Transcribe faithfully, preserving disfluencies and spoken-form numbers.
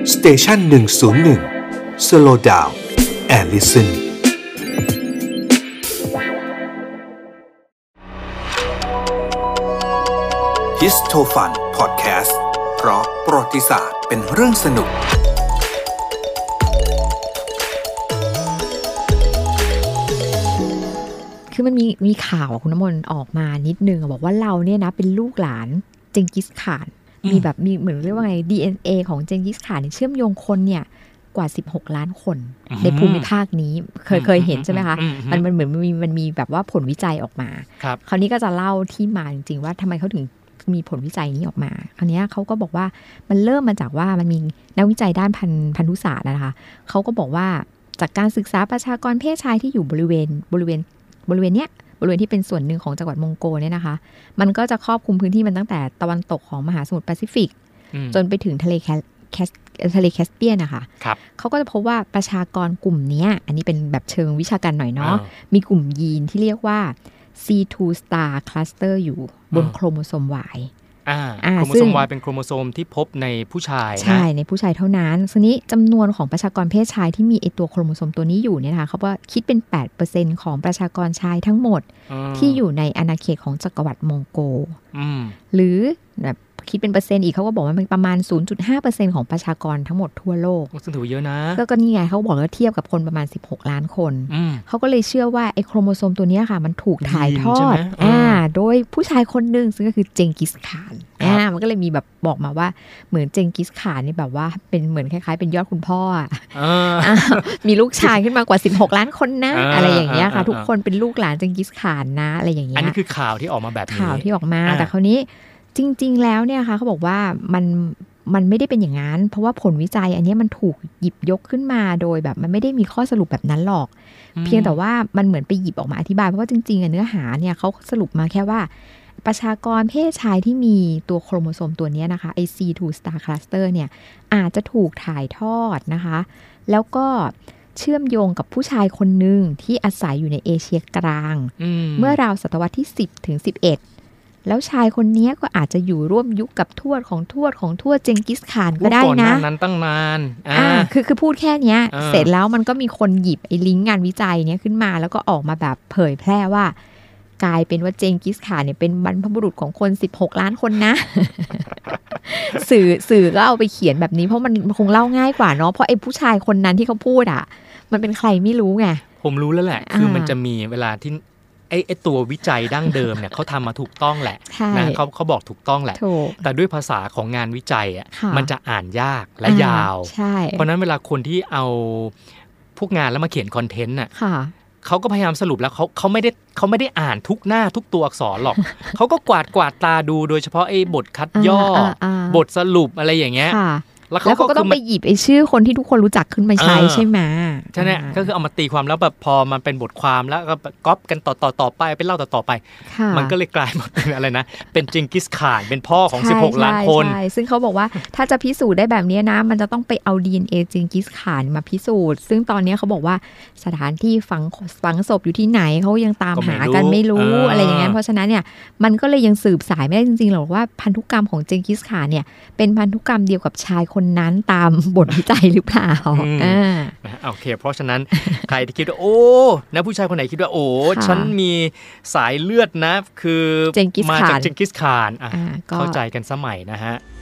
สเตชันหนึ่งศูนย์หนึ่ง Slow Down and Listenฮิสโทฟันพอดแคสต์เพราะประวัติศาสตร์เป็นเรื่องสนุกคือมันมีมีข่าวคุณน้ำมนต์ออกมานิดนึงบอกว่าเราเนี่ยนะเป็นลูกหลานเจงกิสข่านมีแบบมีเหมือนเรียกว่าไง ดี เอ็น เอ ของเจงกิสข่านเชื่อมโยงคนเนี่ยกว่าสิบหกล้านคนในภูมิภาคนี้เคยเคยเห็นใช่ไหมคะมันมันเหมือนมันมีมันมีแบบว่าผลวิจัยออกมาคราวนี้ก็จะเล่าที่มาจริงๆว่าทำไมเขาถึงมีผลวิจัยนี้ออกมาคราวนี้เขาก็บอกว่ามันเริ่มมาจากว่ามันมีนักวิจัยด้านพันพันธุศาสตร์นะคะเขาก็บอกว่าจากการศึกษาประชากรเพศชายที่อยู่บริเวณบริเวณบริเวณเนี้ยบริเวณที่เป็นส่วนหนึ่งของจังหวัดมองโกเนี่ยนะคะมันก็จะครอบคลุมพื้นที่มันตั้งแต่ตะวันตกของมหาสมุทรแปซิฟิกจนไปถึงทะเลแคแคสทะเลแคสเปียนนะคะเขาก็จะพบว่าประชากรกลุ่มนี้อันนี้เป็นแบบเชิงวิชาการหน่อยเนาะมีกลุ่มยีนที่เรียกว่า ซี ทู star cluster อยู่บนโครโมโซม Y โครโมโซม Y เป็นโครโมโซมที่พบในผู้ชายนะใช่ในผู้ชายเท่านั้นทีนี้จำนวนของประชากรเพศชายที่มีไอตัวโครโมโซมตัวนี้อยู่เนี่ยนะคะเขาว่าคิดเป็น แปดเปอร์เซ็นต์ ของประชากรชายทั้งหมดที่อยู่ในอาณาเขตของจักรวรรดิมองโกหรือแบบคิดเป็นเปอร์เซ็นต์อีกเขาก็บอกว่ามันประมาณ ศูนย์จุดห้าเปอร์เซ็นต์ ของประชากรทั้งหมดทั่วโลกซึ่งถือว่าเยอะนะก็ก็นี่ไงเขาบอกว่าเทียบกับคนประมาณสิบหกล้านคนเขาก็เลยเชื่อว่าไอ้โครโมโซมตัวนี้ค่ะมันถูกถ่ายทอดอ่าโดยผู้ชายคนนึงซึ่งก็คือเจงกิสข่านอ่ามันก็เลยมีแบบบอกมาว่าเหมือนเจงกิสข่านนี่แบบว่าเป็นเหมือนคล้ายๆเป็นยอดคุณพ่ออ่ะมีลูกชายขึ้นมากว่าสิบหกล้านคนนะอะไรอย่างเงี้ยค่ะทุกคนเป็นลูกหลานเจงกิสข่านนะอะไรอย่างเงี้ยอันนี้คือข่าวที่ออกมาแบบนี้ข่าวที่ออกมาแต่คราวนี้จริงๆแล้วเนี่ยค่ะเขาบอกว่ามันมันไม่ได้เป็นอย่างนั้นเพราะว่าผลวิจัยอันนี้มันถูกหยิบยกขึ้นมาโดยแบบมันไม่ได้มีข้อสรุปแบบนั้นหรอกเพียงแต่ว่ามันเหมือนไปหยิบออกมาอธิบายเพราะว่าจริงๆเนื้อหาเนี่ยเขาสรุปมาแค่ว่าประชากรเพศชายที่มีตัวโครโมโซมตัวนี้นะคะไอ ซี ทู star cluster เนี่ยอาจจะถูกถ่ายทอดนะคะแล้วก็เชื่อมโยงกับผู้ชายคนหนึ่งที่อาศัยอยู่ในเอเชียกลางเมื่อราวศตวรรษที่สิบถึงสิบเอ็ดแล้วชายคนนี้ก็อาจจะอยู่ร่วมยุคกับทวดของทวดของทวดเจงกิสข่านก็ได้นะก่อนหน้านั้นตั้งนานอ่าคือคือพูดแค่นี้เสร็จแล้วมันก็มีคนหยิบไอ้ลิงก์งานวิจัยเนี้ยขึ้นมาแล้วก็ออกมาแบบเผยแพร่ว่ากลายเป็นว่าเจงกิสข่านเนี่ยเป็นบรรพบุรุษของคนสิบหกล้านคนนะ สื่อสื่อก็เอาไปเขียนแบบนี้เพราะมันคงเล่าง่ายกว่าเนาะเพราะไอ้ผู้ชายคนนั้นที่เขาพูดอ่ะมันเป็นใครไม่รู้ไงผมรู้แล้วแหละคือมันจะมีเวลาที่ไอ้ไอ้ตัววิจัยดั้งเดิมเนี่ยเขาทำมาถูกต้องแหละนะเขาเขาบอกถูกต้องแหละแต่ด้วยภาษาของงานวิจัยอ่ะมันจะอ่านยากและยาวเพราะนั้นเวลาคนที่เอาพวกงานแล้วมาเขียนคอนเทนต์น่ะเขาก็พยายามสรุปแล้วเขาเขาไม่ได้เขาไม่ได้อ่านทุกหน้าทุกตัวอักษรหรอก เขาก็กวาดกวาดตาดูโดยเฉพาะไอ้บทคัดย่อบทสรุปอะไรอย่างเงี้ยแล้วเขาก็ต้องไปหยิบไอ้ชื่อคนที่ทุกคนรู้จักขึ้นมาใช้ใช่ไหมใช่เนี่ยก็คือเอามาตีความแล้วแบบพอมันเป็นบทความแล้วก็ก๊อปกันต่อต่อต่อไปเป็นเล่าต่อต่อไปมันก็เลยกลายมาเป็นอะไรนะเป็นเจงกิสข่านเป็นพ่อของสิบหกล้านคนใช่ซึ่งเขาบอกว่าถ้าจะพิสูจน์ได้แบบนี้นะมันจะต้องไปเอา ดี เอ็น เอ เจงกิสข่านมาพิสูจน์ซึ่งตอนนี้เขาบอกว่าสถานที่ฝังฝังศพอยู่ที่ไหนเขายังตามหากันไม่รู้อะไรอย่างเงี้ยเพราะฉะนั้นเนี่ยมันก็เลยยังสืบสายไม่ได้จริงๆหรอกว่าพันธุกรรมของเจงกิสข่านเนี่ยเป็นพันธุกรรมเดียวกับชายคนนั้นตามบทวิจัยหรือเปล่าอ่าโอเคเพราะฉะนั้นใครที่คิดว่าโอ้นะผู้ชายคนไหนคิดว่าโอ้ฉันมีสายเลือดนะคือมาจากเจงกิสข่านอ่ะเข้าใจกันสมัยนะฮะ